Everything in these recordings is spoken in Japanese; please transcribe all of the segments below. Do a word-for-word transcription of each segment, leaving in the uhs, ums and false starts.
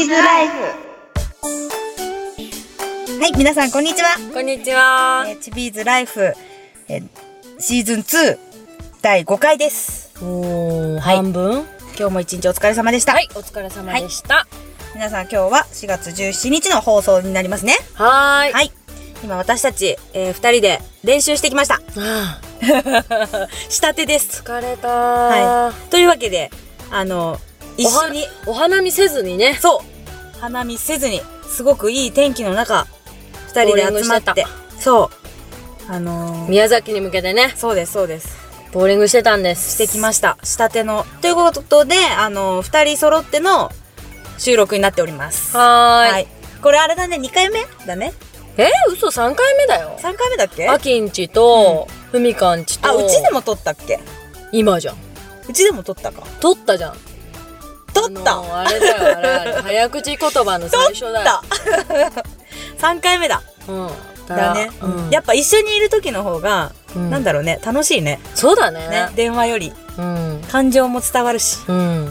ーズライフ。はい、皆さんこんにちは。 こんにちは。 えー、チビーズライフ、えー、シーズンツーだいごかいです。 おー、はい、半分。 今日も一日お疲れ様でした。 はい、お疲れ様でした。はい、 皆さん今日はしがつじゅうしちにちの放送になりますね。 はーい。 はい。今私たち、えー、ふたりで練習してきました。 あ下手です。 疲れたー。 はい。というわけで、あの、一緒にお花見せずにね。 そう。花見せずに、すごくいい天気の中、二人で集まって、そう。あのー、 宮崎に向けてね。 そうです、そうです。 ボーリングしてたんです。 してきました。下手の。ということで、あのー、二人揃っての収録になっております。 はーい。はい。 これあれだね、にかいめだね。 えー、嘘さんかいめだよ。 さんかいめだっけ？ あきんちと、ふみかんちと。 あ、うちでも撮ったっけ？ 今じゃん。 うちでも撮ったか。 撮ったじゃん。 撮った。 あれだよ、あれあれ。早口言葉の最初だよ。 撮った。さんかいめだ。 うん。 だね、うん。やっぱ一緒にいる時の方が、うん、なんだろうね、楽しいね。 そうだね。 ね、電話より。 うん。 感情も伝わるし。 うん。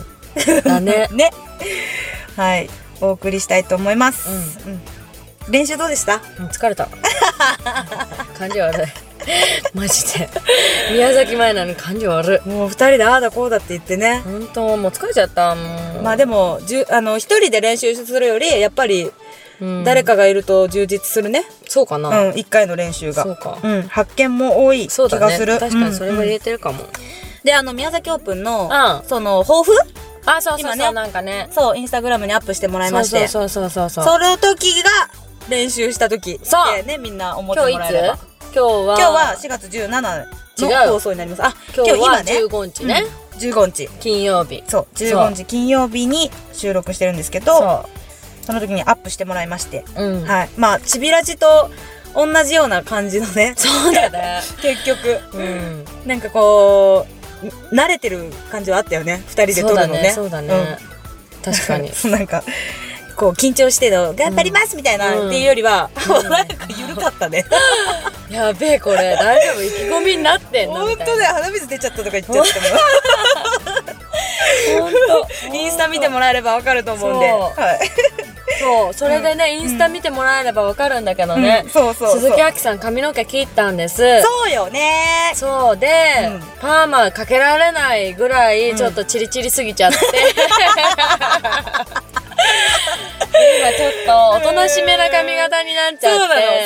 だね。 ね。はい。お送りしたいと思います。うん。うん、練習どうでした？ うん、疲れた。感じ悪い。マジで。宮崎前なのに感じ悪い。 もう二人でああだこうだって言ってね。 ほんと、もう疲れちゃった。もうまあでも、じゅあの、一人で練習するより、やっぱり、うん、誰かがいると充実するね。 そうかな。 うん、一回の練習が。 そうか。 うん、発見も多い気がする。そうだね、 確かにそれは言えてるかも。うんうん、 で、あの、宮崎オープンの、 うん、 その、抱負？ あ、そうそうそう、ね、なんかね。 そう、インスタグラムにアップしてもらいまして。 そうそうそうそう。 その時が、練習した時。 そう。 ね、みんな思ってもらえれば。 今日は今日はしがつじゅうしちにちの放送になります。あ、 今日はじゅうごにちね。 じゅうごにち。 金曜日。 そう、じゅうごにち金曜日に収録してるんですけど、その時にアップしてもらいまして。はい。まあ、ちびらじと同じような感じのね。 そうだね。 結局。うん。なんかこう、慣れてる感じはあったよね。二人で撮るのね。 そうだね。確かに。 なんか、こう緊張しての頑張りますみたいなっていうよりは、なんか緩かったね。 やべえこれ大丈夫意気込みになってんのみたいな。 本当だよ、鼻水出ちゃったとか言っちゃっても。本当。インスタ見てもらえればわかると思うんで。 そう、それでねインスタ見てもらえればわかるんだけどね。そうそう。鈴木亜希さん髪の毛切ったんです。 そうよね。 そうでパーマかけられないぐらいちょっとチリチリすぎちゃって。今ちょっとおとなしめな髪型になっちゃって、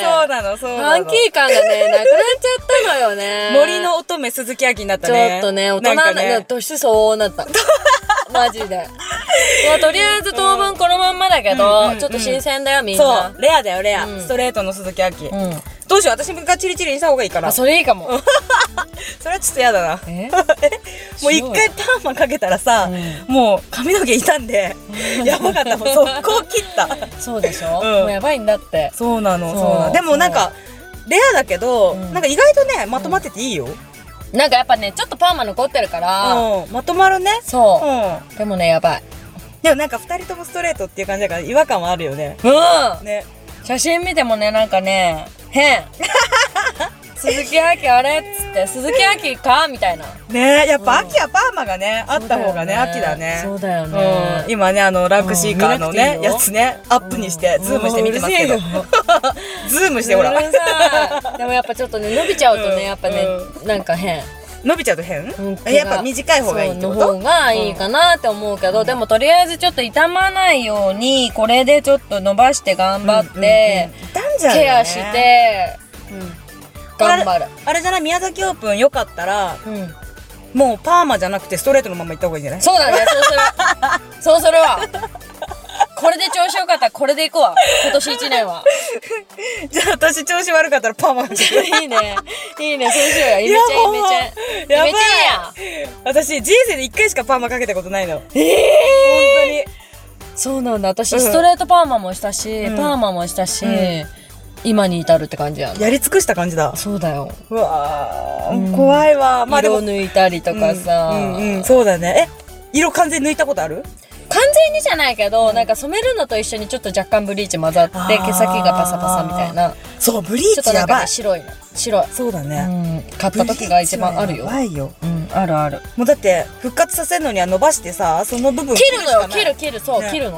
そうなのそうなのそうなの、 ファンキー感がねなくなっちゃったのよね。 森の乙女鈴木亜希になったね。 ちょっとね大人なね年相応になったマジで。いやとりあえず当分このまんまだけど、ちょっと新鮮だよみんな。 そうレアだよレア、ストレートの鈴木亜希。どうしよう、私がチリチリにした方がいいかな。 あ、それいいかも。 それはちょっとやだな。えもう一回パーマかけたらさ、もう髪の毛傷んでやばかった。もう速攻切った。 そうでしょ、もうやばいんだって。 そうなの、そうなの。でもなんかレアだけど、なんか意外とねまとまってていいよ。 なんかやっぱねちょっとパーマ残ってるからまとまるね。 そう、でもねやばい。 でもなんかふたりともストレートっていう感じだから違和感はあるよね。 うんね、写真見てもねなんかね変。鈴木亜希あれっつって鈴木亜希かみたいなね。やっぱ秋はパーマがねあった方がね秋だね。 そうだよね。 今ねあのランクシーカーのねやつねアップにしてズームして見てますけど、ズームしてほら。 でもやっぱちょっとね伸びちゃうとねやっぱねなんか変。 伸びちゃうと変？やっぱ短い方がいいってこと？ の方がいいかなって思うけど、でもとりあえずちょっと傷まないようにこれでちょっと伸ばして頑張ってケアして頑張る。 あれじゃない、宮崎オープンよかったらもうパーマじゃなくてストレートのままいった方がいいんじゃない？そうだね、そうするそうするわ。これで調子よかったらこれでいくわ今年いちねんは。 じゃあ私調子悪かったらパーマかけて。 いいねいいね、そうしようや。イメチェンイメチェンやばい。私人生でいっかいしかパーマかけたことないの。ええ本当にそうなんだ。私ストレートパーマもしたしパーマもしたし今に至るって感じやん。 やり尽くした感じだ。 そうだよ。 うわ怖いわ。 色抜いたりとかさ。 そうだね。え色完全抜いたことある？ 完全にじゃないけど、なんか染めるのと一緒にちょっと若干ブリーチ混ざって毛先がパサパサみたいな。 そうブリーチやばい。 白いの白い。 そうだね。 買った時が一番あるよ。 やばいよ。 うんあるある。 もうだって復活させるのには伸ばしてさその部分切るのよ。切る切るそう切るの。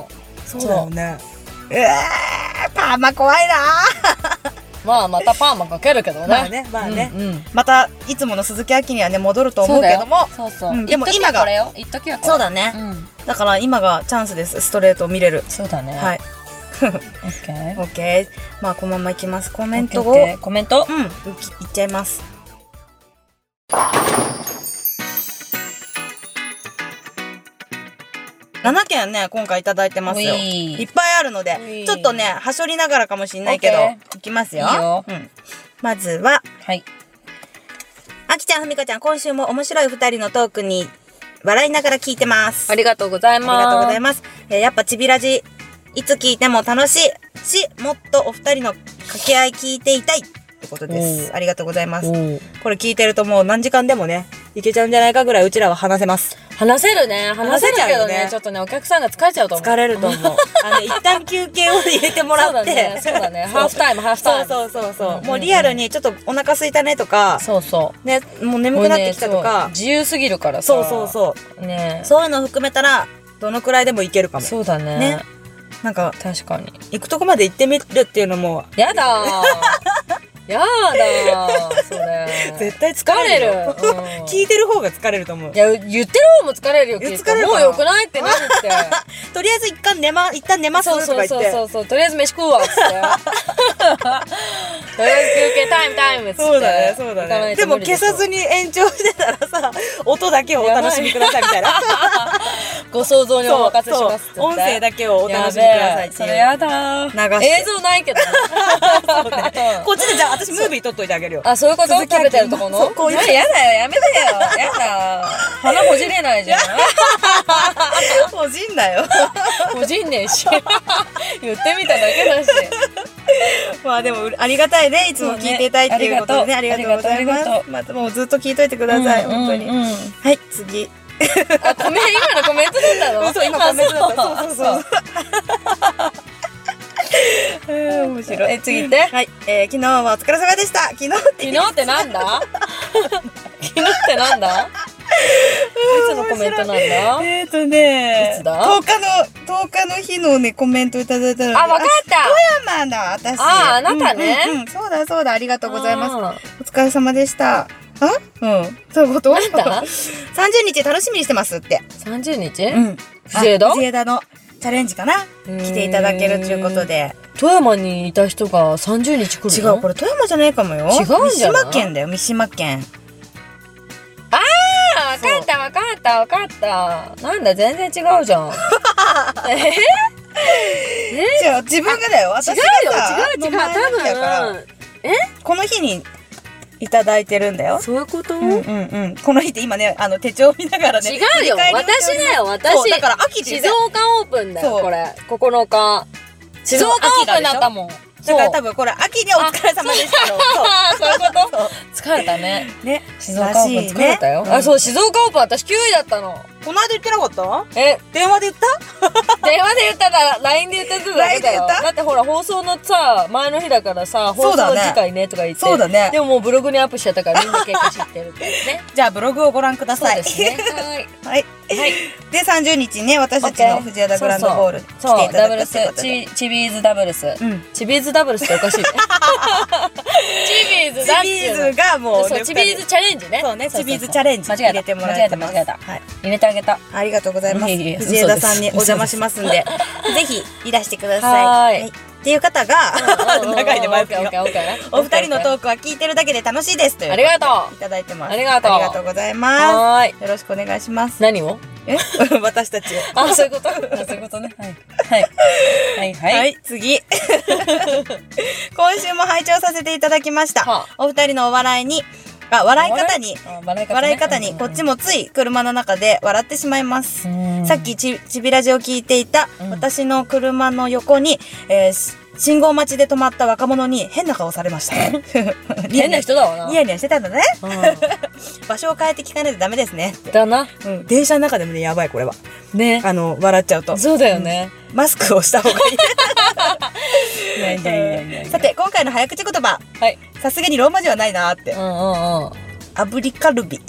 そうだよね。ええー、パーマ怖いなまあまたパーマかけるけどね。 まあね、まあね、 うんうん、 またいつもの鈴木亜希にはね戻ると思うけども、 そうそう、うん、 でも今がこれよ、一時はこれ。 そうだね、うん、だから今がチャンスです。ストレートを見れる。 そうだね。 はい。 オッケー。 オッケー。まあこのままいきます。コメントを、 オッケーオッケー、コメント、 うん、いっちゃいます。ななけんね、今回いただいてますよ。いっぱいあるので、ちょっとね、はしょりながらかもしれないけど、いきますよ。 いいよ、 うん。まずは、 はい。 あきちゃん、ふみかちゃん、今週も面白い二人のトークに笑いながら聞いてます。 ありがとうございます。 ありがとうございます。えー、やっぱちびラジ、いつ聞いても楽しいし、もっとお二人の掛け合い聞いていたいってことです。ありがとうございます。これ聞いてるともう何時間でもね、いけちゃうんじゃないかぐらいうちらは話せます。 話せるね。話せるけどね、ちょっとね、お客さんが疲れちゃうと思う。 疲れると思う。あの、一旦休憩を入れてもらって。 そうだね。ハーフタイム、ハーフタイム。 そうそうそう。もうリアルにちょっとお腹空いたねとか。 そうそう。 ね、もう眠くなってきたとか。 自由すぎるからさ。 そうそうそう。ね。そういうのを含めたら、どのくらいでもいけるかも。 そうだね。 ね。なんか、 確かに。 行くとこまで行ってみるっていうのも。 やだー。やだー、それ。 絶対疲れる。聞いてる方が疲れると思う。 いや、言ってる方も疲れるよ、きっと。もうよくないってなるって。 とりあえず一回寝ま、一旦寝ますとか言って。 そうそうそう、とりあえず飯食うわ、つって。とりあえず休憩タイムタイムっつって。 そうだね、そうだね。でも消さずに延長してたらさ、音だけをお楽しみくださいみたいな。 ご想像にお任せしますって。 音声だけをお楽しみくださいっていう。 それやだー。 流して。 映像ないけど。 こっちでじゃあ私ムービー撮っといてあげるよ。 あ、そういうこと？食べてるとこの？そう、こういう。やだよ、やめてよ。やだ。鼻ほじれないじゃん。 ほじんなよ。 ほじんねえし。言ってみただけだし。 まあでもありがたいね、いつも聞いていただいてっていうことでね、ありがとうございます。またもうずっと聞いといてください、本当に。はい、次。 あ、コメ今のコメントだったの？ そう、今コメントだった。そうそうそう。面白い。 え、次行って。 はい。えー、昨日はお疲れ様でした。昨日って。 昨日ってなんだ？昨日ってなんだ？いつのコメントなんだ？ えーとね、 いつだ？ とおかの、とおかの日のね、コメントいただいたので。 あ、わかった！ 富山だ、私。 あ、あなたね。 うん、そうだそうだ、ありがとうございます。お疲れ様でした。あ？うん。そういうこと？ なんだ？ さんじゅうにち楽しみにしてますって。 さんじゅうにち？ うん。 藤枝？ 藤枝のチャレンジかな？来ていただけるということで。 富山にいた人がさんじゅうにち来るの？ 違う、これ富山じゃないかもよ。 違うんじゃない？ 三島県だよ、三島県。 ああ、わかったわかったわかった。なんだ、全然違うじゃん。ええ？ じゃあ自分がだよ。私がさ、 違うよ、違う違う。多分。え？ この日にいただいてるんだよ。 そういうこと？ うんうんうん。この日って今ね、あの手帳見ながらね。 違うよ、私だよ、私。 だから秋静岡オープンだよ、これ。ここのか。静岡オープンだったもん。 だから多分これ秋にお疲れ様でしたよ。 そういうこと疲れたね。 ね。 静岡オープン疲れたよ。あ、そう、静岡オープン私きゅういだったの。 この間言ってなかった？ え、 電話で言った？ 電話で言ったら ライン で言っただけだよ。だってほら放送のさ、前の日だからさ、放送次回ねとか言って。そうだね。でももうブログにアップしちゃったからみんな結果知ってるってね。 じゃあブログをご覧ください。 そうですね。はい。 はい。で、さんじゅうにちね、私たちの藤枝グランドホール来ていただくってことで。そう、ダブルス、チビーズダブルス。チビーズダブルスっておかしいね。チビーズだって。チビーズがもう、 そう、チビーズチャレンジね。 そうね、チビーズチャレンジ入れてもらえてます。 間違えた、間違えた。入れてあげた。 ありがとうございます。藤枝さんにお邪魔しますんで、ぜひいらしてください。はい。っていう方が、長いで前振りが。お二人のトークは聞いてるだけで楽しいですという。 ありがとう。 いただいてます。 ありがとう。 ありがとうございます。はい。よろしくお願いします。 何を？ え私たちを。 あ、そういうことそういうことね。はい。はい。はいはい。 はい、次。今週も拝聴させていただきました。お二人のお笑いに、あ、笑い方に、笑い方に、こっちもつい車の中で笑ってしまいます。さっきち、ちびラジを聞いていた、私の車の横に、えー、信号待ちで止まった若者に変な顔されました。 変な人だわな。 ニヤニヤしてたんだね。場所を変えて聞かないとダメですね。 だな。 うん。電車の中でもね、やばい、これは。 ね。 あの、笑っちゃうと。 そうだよね。 マスクをした方がいい。いやいやいやいや。さて、今回の早口言葉。はい。さすがにローマ字はないなーって。うんうんうん。アブリカルビ。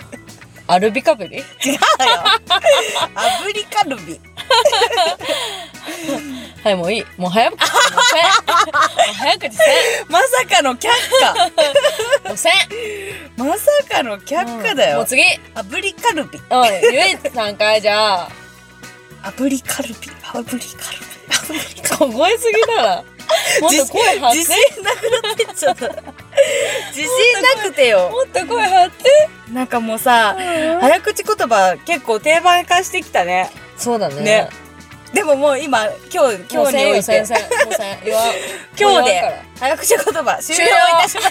アルビカブリ？違うよ。 アブリカルビ。 はい、もういい。もう早く。もう早口せん。 まさかの却下。 もうせん。 まさかの却下だよ。 もう次。 炙りカルビ。 うん、言えさんかいじゃあ。 炙りカルビ。炙りカルビ。 小声すぎだな。もっと声張って。 自信なくなってっちゃった。自信なくてよ。 もっと声張って。 なんかもうさ、早口言葉結構定番化してきたね。 そうだね。 ね。でももう今、今日、今日において。今日で、早口言葉終了いたしました。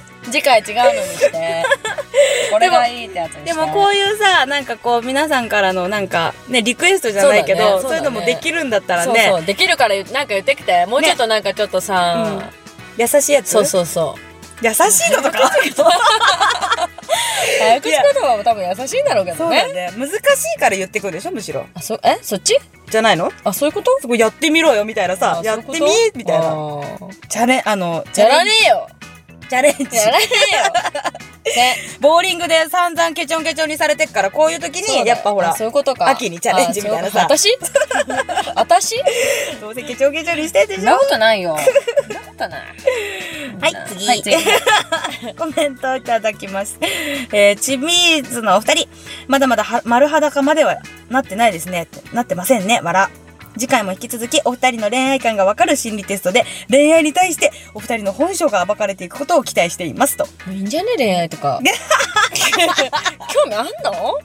次回違うのにして。これがいいってやつにして。 でもこういうさ、なんかこう皆さんからのなんかね、リクエストじゃないけど、そういうのもできるんだったらね。 そうそう、できるからなんか言ってきて。もうちょっとなんかちょっとさ、 優しいやつ。 そうそうそう。 優しいのとかあるけど。 早口言葉も多分優しいんだろうけどね。 そうだね。難しいから言ってくるでしょ、むしろ。 あ、そ、えそっちじゃないの？ あ、そういうこと？ そこやってみろよみたいなさ、やってみみたいな。チャレン、あの、 やらねえよ。 チャレンジ。 やらねえよ。 ね、ボーリングで散々ケチョンケチョンにされてっから、こういう時にやっぱほら、 そういうことか。 秋にチャレンジみたいなさ。 私？私？ どうせケチョンケチョンにしてでしょ。 そんなことないよ。そんなことない。 はい、次。はい、次。コメントいただきます。えー、チミーズのお二人、まだまだは丸裸まではなってないですね。なってませんね。わら。次回も引き続きお二人の恋愛観がわかる心理テストで恋愛に対してお二人の本性が暴かれていくことを期待していますと。 いいんじゃね恋愛とか。興味あんの？こ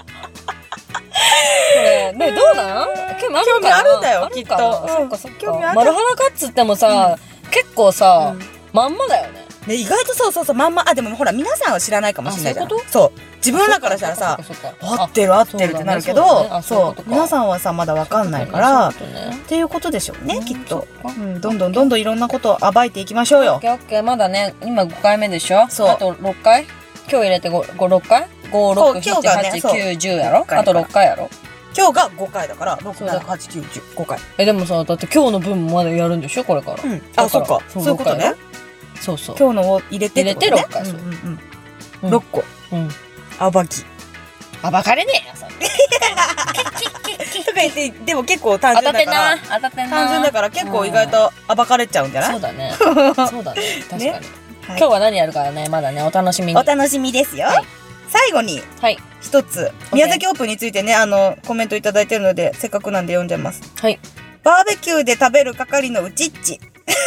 れね、どうなん？興味ある興味あるんだよきっと。 そっかそっか。丸裸っつってもさ、結構さ、まんまだよね。 ね、意外とそうそうそう、まんま、あ、でもほら、皆さんは知らないかもしれないじゃん。そういうこと？そう。自分だからしたらさ、合ってる合ってるってなるけど、そう。皆さんはさ、まだわかんないから、っていうことでしょうね、きっと。うん、どんどんどんどんいろんなことを暴いていきましょうよ。 オッケーオッケー、まだね、今ごかいめでしょ？そう。あとろっかい？今日入れてご、ご、ろっかい？ご、ろく、なな、はち、きゅう、じゅうやろ？あとろっかいやろ？ 今日がごかいだから、ろく、なな、はち、きゅう、じゅう、ごかい。 え、でもさ、だって今日の分もまだやるんでしょ？これから。 うん。あ、そっか。そういうことね。 そうそう。 今日のを入れて入れてろっかい。 ろっこ。うん。暴き。 暴かれねえよ、そんな。 とか言って、でも結構単純だから。 当たってな。当たってな。 単純だから結構意外と暴かれちゃうんじゃない？ そうだね。そうだね。確かに。今日は何やるからね、まだね、お楽しみに。 お楽しみですよ。最後に、一つ、宮崎オープンについてね、あの、コメントいただいてるので、せっかくなんで読んじゃいます。 はい。 バーベキューで食べる係のうちっち。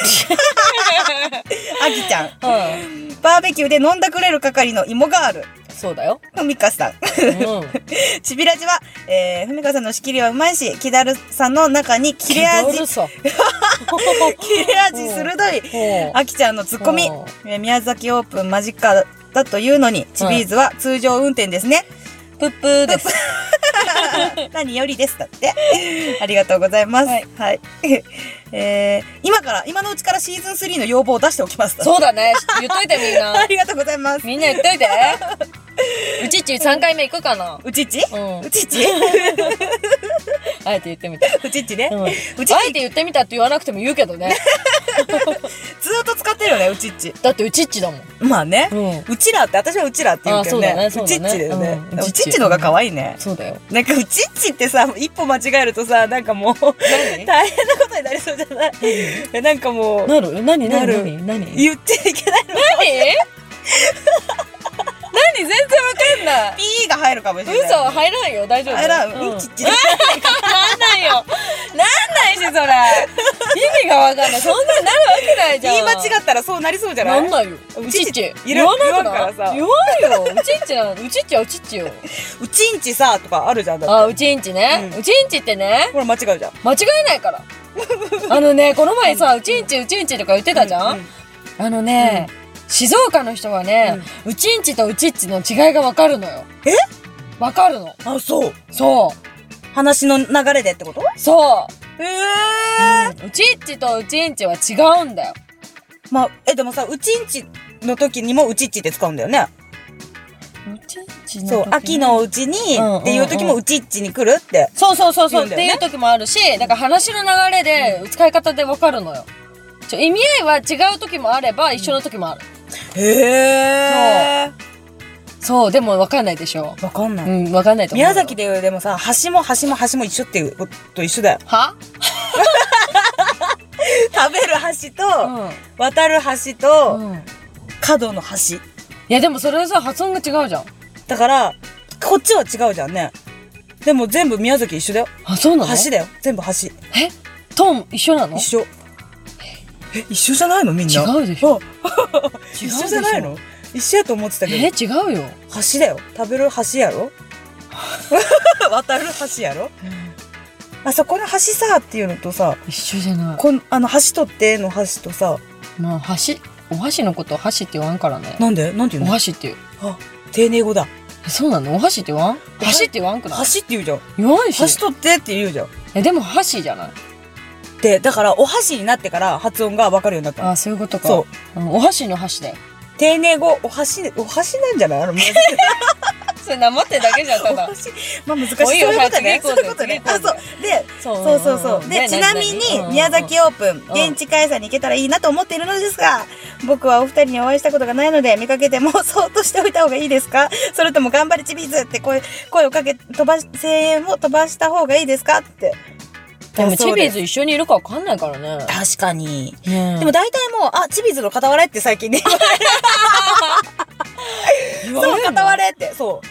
あきちゃん。バーベキューで飲んだくれる係の芋ガール。 そうだよ。 ふみかさん。ちびらじは、えー、ふみかさんの仕切りはうまいし、きだるさんの中に切れ味、切れ味鋭い、あきちゃんのツッコミ。宮崎オープン間近だというのに、ちびーずは通常運転ですね。 ぷっぷーです。 何よりですだって。ありがとうございます。はい。はい、えー、今から、今のうちからシーズンスリーの要望を出しておきます。 そうだね。言っといてみんな。 ありがとうございます。 みんな言っといて。うちっちさんかいめ行くかな？ うちっち？うん。うちっち？ あえて言ってみた。 うちっちね。 うん。あえて言ってみたって言わなくても言うけどね。 ずーっと使ってるよね、うちっち。 だってうちっちだもん。 まあね。うちらって、私はうちらって言うけどね。うちっちだよね。うちっちの方が可愛いね。 そうだよ。 なんかうちっちってさ、一歩間違えるとさ、なんかもう、大変なことになりそうじゃない？なんかもう。 なる？何なる？何？ 言っちゃいけないの。 何？何？全然わかんない。 ピーが入るかもしれない。 嘘、入らんよ。大丈夫。 入らん。うん、ちっちゃい。 なんないよ。なんないし、それ。意味がわかんない。そんなになるわけないじゃん。 言い間違ったらそうなりそうじゃない？ なんないよ。うちっち。 言わないからさ。 言わんよ。うちっちなの。うちっちはうちっちよ。 うちんちさ、とかあるじゃん。 あ、うちんちね。うちんちってね。 ほら、間違うじゃん。 間違えないから。あのね、この前さ、うちんち、うちんちとか言ってたじゃん？あのね、静岡の人はね、うちんちとうちっちの違いがわかるのよ。 え？ わかるの。 あ、そう。 そう。 話の流れでってこと？ そう。 へー。うちっちとうちんちは違うんだよ。 まあ、え、でもさ、うちんちの時にもうちっちって使うんだよね。 うちんちの時そう、秋のうちにっていう時もうちっちに来るって。 そうそうそうそうっていう時もあるし、だから話の流れで使い方でわかるのよ。ちょ意味合いは違う時もあれば一緒の時もある。 へー。 そう、でも分かんないでしょ。 分かんない。 うん、分かんないと思う。 宮崎ででもさ、橋も橋も橋も一緒っていうと一緒だよ。 は食べる箸と、うん、渡る箸と、うん、角の箸。いやでもそれさ発音が違うじゃん。 だからこっちは違うじゃんね。でも全部宮崎一緒だよ。 あ、そうなの？ 橋だよ。全部橋。 え？トーン一緒なの？ 一緒。え、一緒じゃないのみんな。 違うでしょ。 一緒じゃないの？一緒やと思ってたけど。 え、違うよ。 橋だよ。食べる橋やろ渡る橋やろ、うん、あそこの橋さっていうのとさ、 一緒じゃない。 こんあの橋取っての橋とさ、 まあ橋、お箸のことを箸って言わんからね。 なんで？なんて言うの？ お箸っていう。 あ、丁寧語だ。 そうなの？お箸って言わん？箸って言わんくない？ 箸って言うじゃん。 言わんし。 箸取ってって言うじゃん。 え、でも箸じゃない？ で、だからお箸になってから発音が分かるようになったの。 あ、そういうことか。 そう。 うん、お箸の箸だよ。 丁寧語、お箸、お箸なんじゃないあの、 それなまってだけじゃん、ただ。 まあ難しい。そういうことね。そういうことね。あ、そう。で、そうそうそう。で、ちなみに、宮崎オープン、現地開催に行けたらいいなと思っているのですが、僕はお二人にお会いしたことがないので、見かけてもそっとしておいた方がいいですか？それとも頑張れチビーズって声、声をかけ、飛ばし、声援を飛ばした方がいいですかって。 でもチビーズ一緒にいるか分かんないからね。 確かに。ね、でも大体もう、あ、チビーズの片割れって最近ね。言われる。そう、片割れって。そう。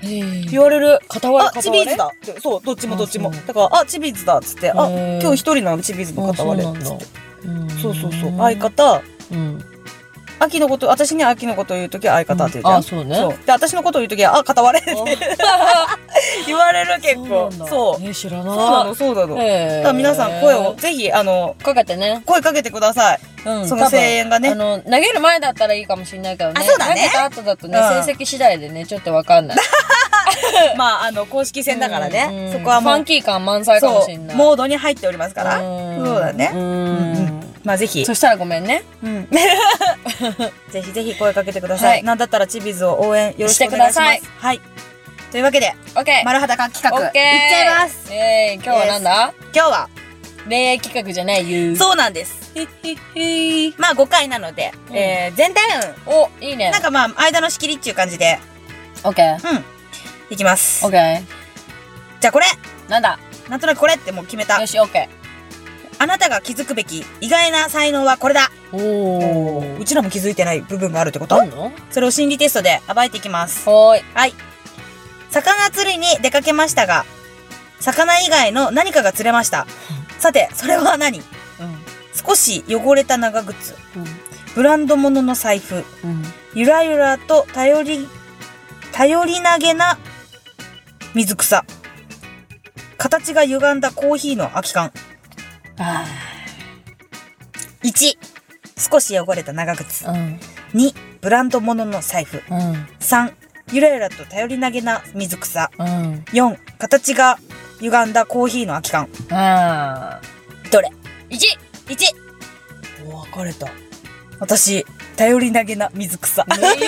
言われる。 片割れ、 あ、チビーズだって。そう、どっちもどっちも。だから、あ、チビーズだっつって。あ、今日一人なのチビーズの片割れっつって。そうそうそう。相方。うん。秋のこと、私には秋のことを言うときは相方って言うじゃん。 あ、そうね。そう。 で、私のことを言うときは、あ、片割れって言われる結構。そう。 え、知らない。 そうなの、そうなの。だから皆さん声をぜひ、あの、 かけてね。 声かけてください。うん。その声援がね。 あの、投げる前だったらいいかもしれないけどね。 あ、そうだね。 投げた後だとね、成績次第でね、ちょっとわかんない。 まあ、あの、公式戦だからね。そこはもう。ファンキー感満載かもしれない。 モードに入っておりますから。そうだね。うん。まあぜひ。 そしたらごめんね。 うん。ぜひぜひ声かけてください。なんだったらチビーズを応援よろしくお願いします。はい。というわけで、丸裸企画、いっちゃいます。 えー、今日はなんだ？ 今日は、 恋愛企画じゃないよ。 そうなんです。まあごかいなので、えー、全体運。お、いいね。 なんかまあ、間の仕切りっていう感じで。 オッケー。 うん。いきます。 オッケー。 じゃあこれ。 なんだ？ なんとなくこれってもう決めた。 よし、オッケー。 あなたが気づくべき意外な才能はこれだ。 おー。 うちらも気づいてない部分があるってこと？それを心理テストで暴いていきます。 はーい。 はい。魚釣りに出かけましたが、魚以外の何かが釣れました。さて、それは何？うん、少し汚れた長靴。うん、ブランド物の財布。うん、ゆらゆらと頼り、頼り投げな水草。形が歪んだコーヒーの空き缶。いち、少し汚れた長靴。うん、に、ブランド物の財布。うん、さん、ゆらゆらと頼り投げな水草。うん、よん、形が歪んだコーヒーの空き缶。あどれ？ いち! いち! お、分かれた。私、頼り投げな水草。 言うと思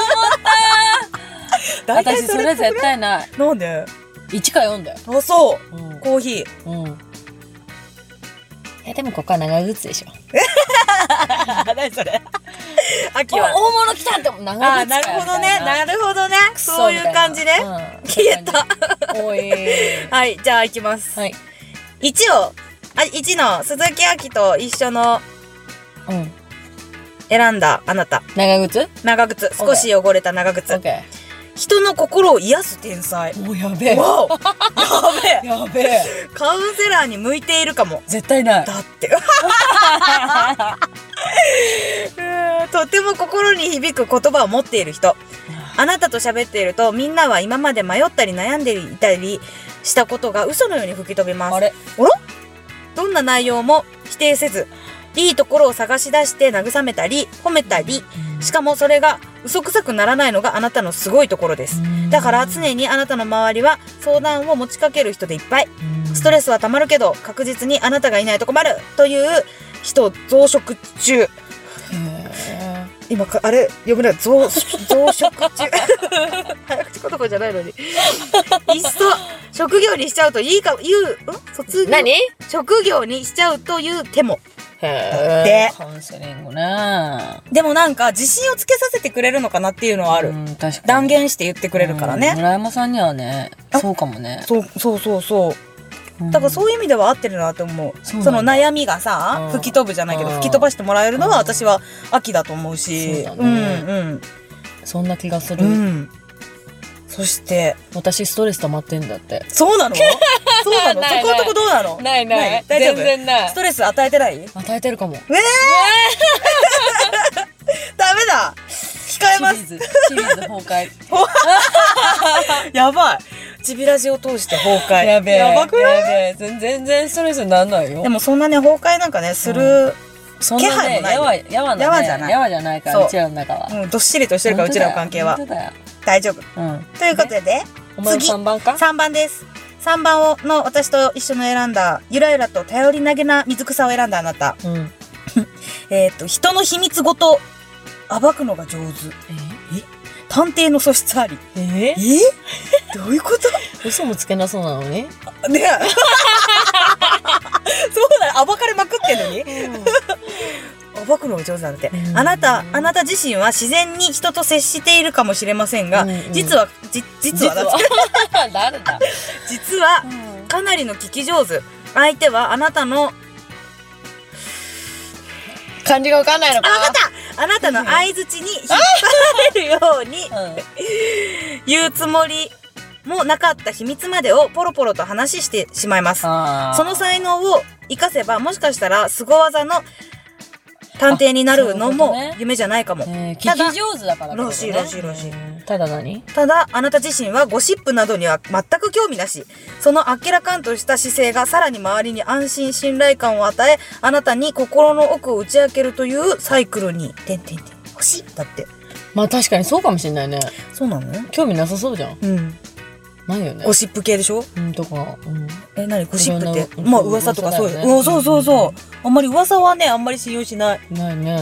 った私それ絶対ない。 なんで？ いちかよんだよ。 あ、そう。うん、コーヒー。うん。 え、でもここは長靴でしょ。 何それ？秋は。 大物来たって長靴かよ。 あ、なるほどね。なるほどね。そういう感じで。消えた。 おい。 はい、じゃあ行きます。はい。いちを、あ、いちの鈴木亜希と一緒の、うん。選んだあなた。 長靴？ 長靴。少し汚れた長靴。オッケー。人の心を癒す天才。 お、やべえ。 わお。やべえ。 やべえ。 カウンセラーに向いているかも。 絶対ない。 だって。とても心に響く言葉を持っている人。あなたと喋っていると、みんなは今まで迷ったり悩んでいたりしたことが嘘のように吹き飛びます。 あれ？ あら？どんな内容も否定せず、いいところを探し出して慰めたり、褒めたり、しかもそれが嘘くさくならないのがあなたのすごいところです。だから常にあなたの周りは相談を持ちかける人でいっぱい。ストレスはたまるけど、確実にあなたがいないと困るという人増殖中。今か、あれ、読むな、増、増殖中。早口言葉じゃないのに。いっそ、職業にしちゃうといいか、言う、ん卒業何？ 職業にしちゃうという手も。 へで、 カウンセリングね。 でもなんか自信をつけさせてくれるのかなっていうのはある。うん、確かに。断言して言ってくれるからね。 村山さんにはね、そうかもね。 そう、そうそうそう。 うん、だからそういう意味では合ってるなって思う。そ, その悩みがさ吹き飛ぶじゃないけど吹き飛ばしてもらえるのは私は秋だと思うし、そうだね、うんうん、 そんな気がする、うん、 そして私ストレス溜まってんだって。 そうなのそうなのそこのとこどうなの。 ないないない大丈夫全然ない。 ストレス与えてない。 与えてるかも。 えー、ダメだ控えます。 シリーズシリーズ崩壊やばいチビラジを通して崩壊。 やべえやばくない。 やべえ全然ストレスにならないよ。 でもそんなね崩壊なんかねする、うんそんなね、気配もないよ。やわ、やわじゃない。やわじゃないから、うちらの中は。 うん、どっしりとしてるから、うちらの関係は。大丈夫。うん。ということで、ね、 次。さんばんか ? さん 番です。さんばんをの私と一緒の選んだ、ゆらゆらと頼り投げな水草を選んだあなた。うん。えっと、人の秘密ごと暴くのが上手。ええ探偵の素質あり。えええどういうこと嘘もつけなそうなのにねえそうだ暴かれまくってんのに、うん、暴くのが上手なんだって、うん、あなたあなた自身は自然に人と接しているかもしれませんが、うんうん、実はじ実はだって誰だ実はかなりの聞き上手。相手はあなたの漢字がわかんないのかな。 あ、わかった。あなたの相づちに引っ張られるように、うん、言うつもりもなかった秘密までをポロポロと話してしまいます。その才能を活かせばもしかしたら凄技の探偵になるのも夢じゃないかも。 聞き上手だかららしいらしいらしい。 ただ何？ ただあなた自身はゴシップなどには全く興味なし。そのあっけらかんとした姿勢がさらに周りに安心信頼感を与え、あなたに心の奥を打ち明けるというサイクルにてんてんてん欲しいだって。 まあ確かにそうかもしれないね。 そうなの？ 興味なさそうじゃん。 うん。 ないよね。 ゴシップ系でしょ？ うんとか。うん、 え、何ゴシップって？まあ噂とかそういう。うん、そうそうそう。あんまり噂はねあんまり信用しない。 ないね。 うん。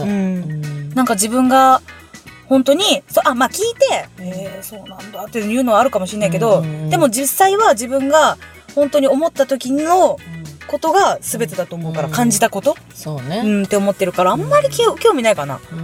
なんか自分が本当にそあまあ聞いて、えー、そうなんだっていうのはあるかもしれないけど、でも実際は自分が本当に思った時のことが全てだと思うから、感じたこと、 そうね。 うんって思ってるからあんまり興味ないかな。うん。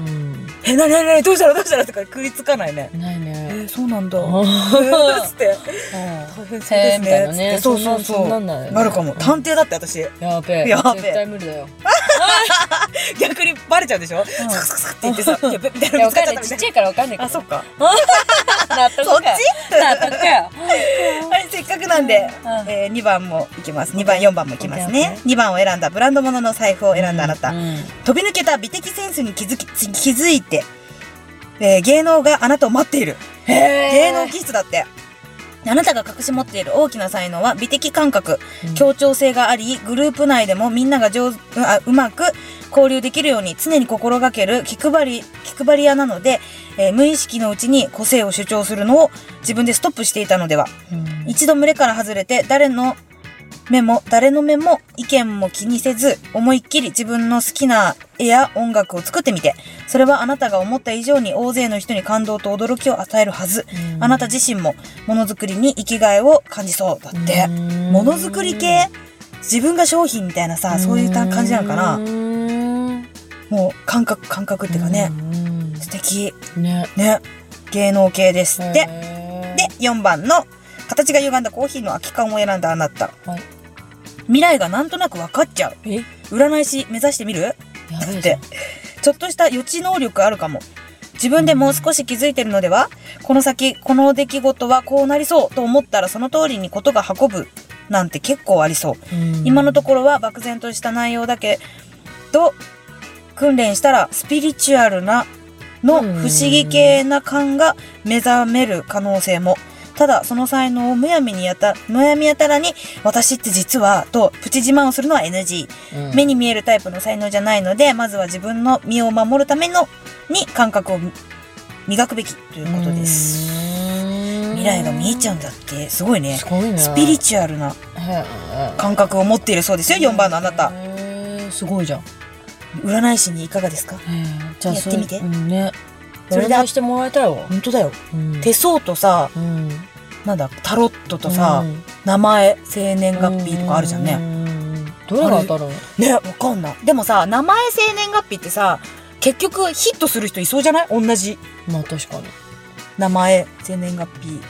え、なになになにどうしたらどうしたらとか食いつかないね。 ないね。 えー、そうなんだ。つって。大変そうですね。 ね。 そうそうそう。なるかも。探偵だって私。 やべえ。やべえ。絶対無理だよ。 逆にバレちゃうでしょ。サクサクサクって言ってさ、やべみたいな。 わかんない。ちっちゃいからわかんない。 あ、そっか。 納得か。 そっち？ 納得かよ。 はい、せっかくなんでにばんもいきます。にばんよんばんもいきますね。にばんを選んだブランド物の財布を選んだあなた。飛び抜けた美的センスに気づき気づいて。えー、芸能があなたを待っている。芸能気質だって。あなたが隠し持っている大きな才能は美的感覚、うん、協調性があり、グループ内でもみんなが上手、あ、うまく交流できるように常に心がける気配り、気配り屋なので、えー、無意識のうちに個性を主張するのを自分でストップしていたのでは。うん、一度群れから外れて誰の目も誰の目も意見も気にせず思いっきり自分の好きな絵や音楽を作ってみて、それはあなたが思った以上に大勢の人に感動と驚きを与えるはず。あなた自身もものづくりに生きがいを感じそうだって。ものづくり系、自分が商品みたいなさ、そういう感じなのかな。もう感覚感覚っていうかね、素敵ね。ね、芸能系ですって。でよんばんの形が歪んだコーヒーの空き缶を選んだあなた、はい、未来がなんとなく分かっちゃう。え占い師目指してみる？やべえってちょっとした予知能力あるかも。自分でもう少し気づいてるのでは、この先この出来事はこうなりそうと思ったらその通りにことが運ぶなんて結構ありそう。今のところは漠然とした内容だけど訓練したらスピリチュアルなの不思議系な感が目覚める可能性も。ただその才能をむやみにやたむやみやたらに私って実はとプチ自慢をするのは エヌジー、うん、目に見えるタイプの才能じゃないので、まずは自分の身を守るためのに感覚を磨くべきということです。未来が見えちゃうんだって。すごいね。すごいね。スピリチュアルな感覚を持っているそうですよ。よんばんのあなた。 すごいじゃん。 占い師にいかがですか？じゃあやってみて。 うんね。それでしてもらいたいわ。 本当だよ。うん、手相とさ、うん、なんだタロットとさ、うん、名前、生年月日とかあるじゃんね。 どれが当たるの？ ね、わかんない。でもさ、名前、生年月日ってさ、結局ヒットする人いそうじゃない？同じ。 まあ確かに。 名前、生年月日。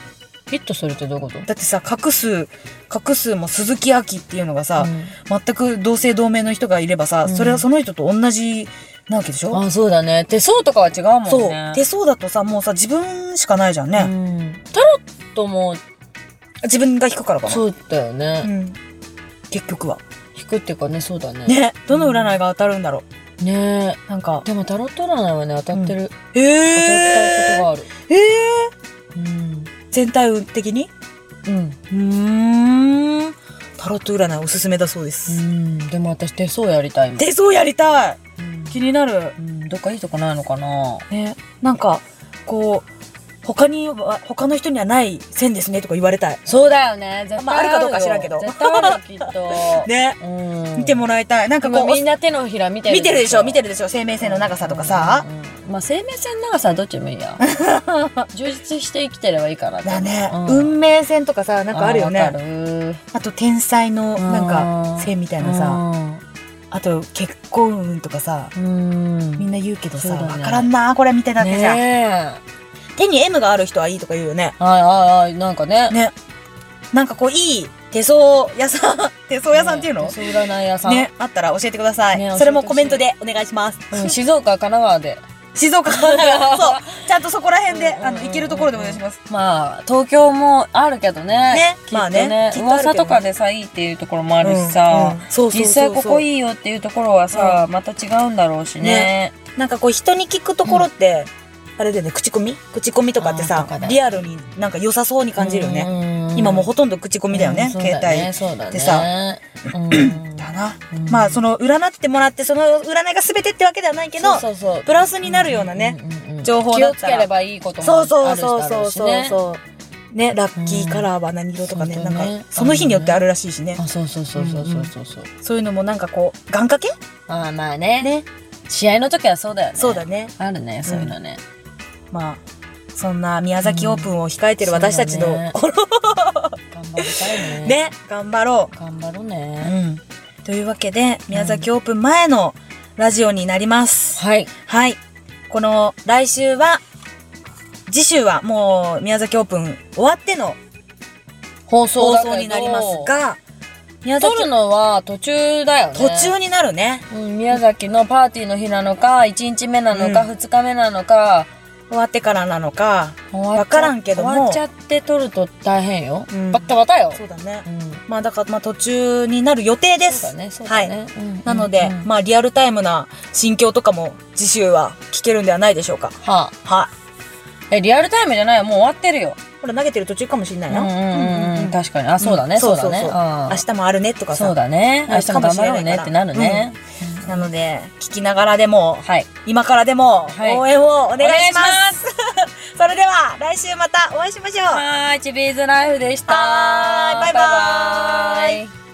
ヒットするってどういうこと？ だってさ、画数、画数も鈴木亜希っていうのがさ、うん、全く同姓同名の人がいればさ、うん、それはその人と同じなわけでしょ？ あ、そうだね。手相とかは違うもんね。 そう。手相だとさ、もうさ、自分しかないじゃんね。うん、 タロットも、 自分が引くからかな。 そうだよね。うん、 結局は。 引くっていうかね、そうだね。 ね。どの占いが当たるんだろう。 ねえ。なんか。 でもタロット占いはね、当たってる。うん、 えー、 当たったことがある。 えー、うん。全体運的に？うん。うーん。タロット占いおすすめだそうです。 うん。でも私手相やりたいもん。 手相やりたい、うん、気になる。 うん。どっかいいとこないのかな？ ね。なんか、こう、他には、他の人にはない線ですねとか言われたい。 そうだよね。絶対あるよ。 まあ、あるかどうか知らんけど。 絶対あるきっと。 ね。うん。見てもらいたい。なんかこう。 みんな手のひら見てる。 見てるでしょ、見てるでしょ。生命線の長さとかさ。 うん、まあ、生命線の長さはどっちもいいや。充実して生きてればいいかな。 だね。うん、運命線とかさ、なんかあるよね。ある。あと、天才のなんか線みたいなさ。あと、結婚運とかさ。みんな言うけどさ、わからんな、これ見てたってさ。手に エム がある人はいいとか言うよね。 はいはいはい、なんかね。 ね。なんかこう、いい手相屋さん、手相屋さんっていうの？ 手相占い屋さん。 ね、あったら教えてください。それもコメントでお願いします。 静岡、神奈川で。 静岡、神奈川。そう。ちゃんとそこら辺で、あの、行けるところでお願いします。 まあ、東京もあるけどね。 ね。まあね。 噂とかでさ、いいっていうところもあるしさ。実際ここいいよっていうところはさ、また違うんだろうしね。 なんかこう、人に聞くところって、あれだよね、口コミ口コミとかってさ、リアルになんか良さそうに感じるよね。今もうほとんど口コミだよね、携帯でさ。だな。まあ、その占ってもらって、その占いが全てってわけではないけど、プラスになるようなね、情報だったら。 気をつければいいこともあるしね。そうそうそうそうね、ラッキーカラーは何色とかね、なんか、その日によってあるらしいしね。 あ、そうそうそうそうそうそう。 そういうのもなんかこう、願掛け？ ああ、まあね。ね。試合の時はそうだよね。 そうだね。 あるね、そういうのね。 まあ、そんな宮崎オープンを控えてる私たちの、うんね、 頑張りたいね。 ね、頑張ろう。頑張ろうね。 うん。というわけで、宮崎オープン前のラジオになります。 はい。 はい。この来週は、次週はもう宮崎オープン終わっての放送放送になりますが、 宮崎撮るのは途中だよね。 途中になるね。 うん、宮崎のパーティーの日なのか、いちにちめなのか、うん、ふつかめなのか、 終わってからなのか、わからんけども。 終わっちゃって撮ると大変よ。うん、バッタバタよ。 そうだね。うん、まあだから、まあ途中になる予定です。 そうだね、そうだね。 はい。うん、なので、うん、まあリアルタイムな心境とかも次週は聞けるんではないでしょうか。 はあ。はえ、リアルタイムじゃないよ。もう終わってるよ。 これ投げてる途中かもしれないな。うんうんうん。確かに。あ、そうだね、そうだね。 明日もあるねとかさ。 そうだね。明日も頑張ろうねってなるね。 なので、聞きながらでも、はい、今からでも、応援をお願いします。それでは、来週またお会いしましょう。 はい、チビーズライフでした。 はい、バイバーイ。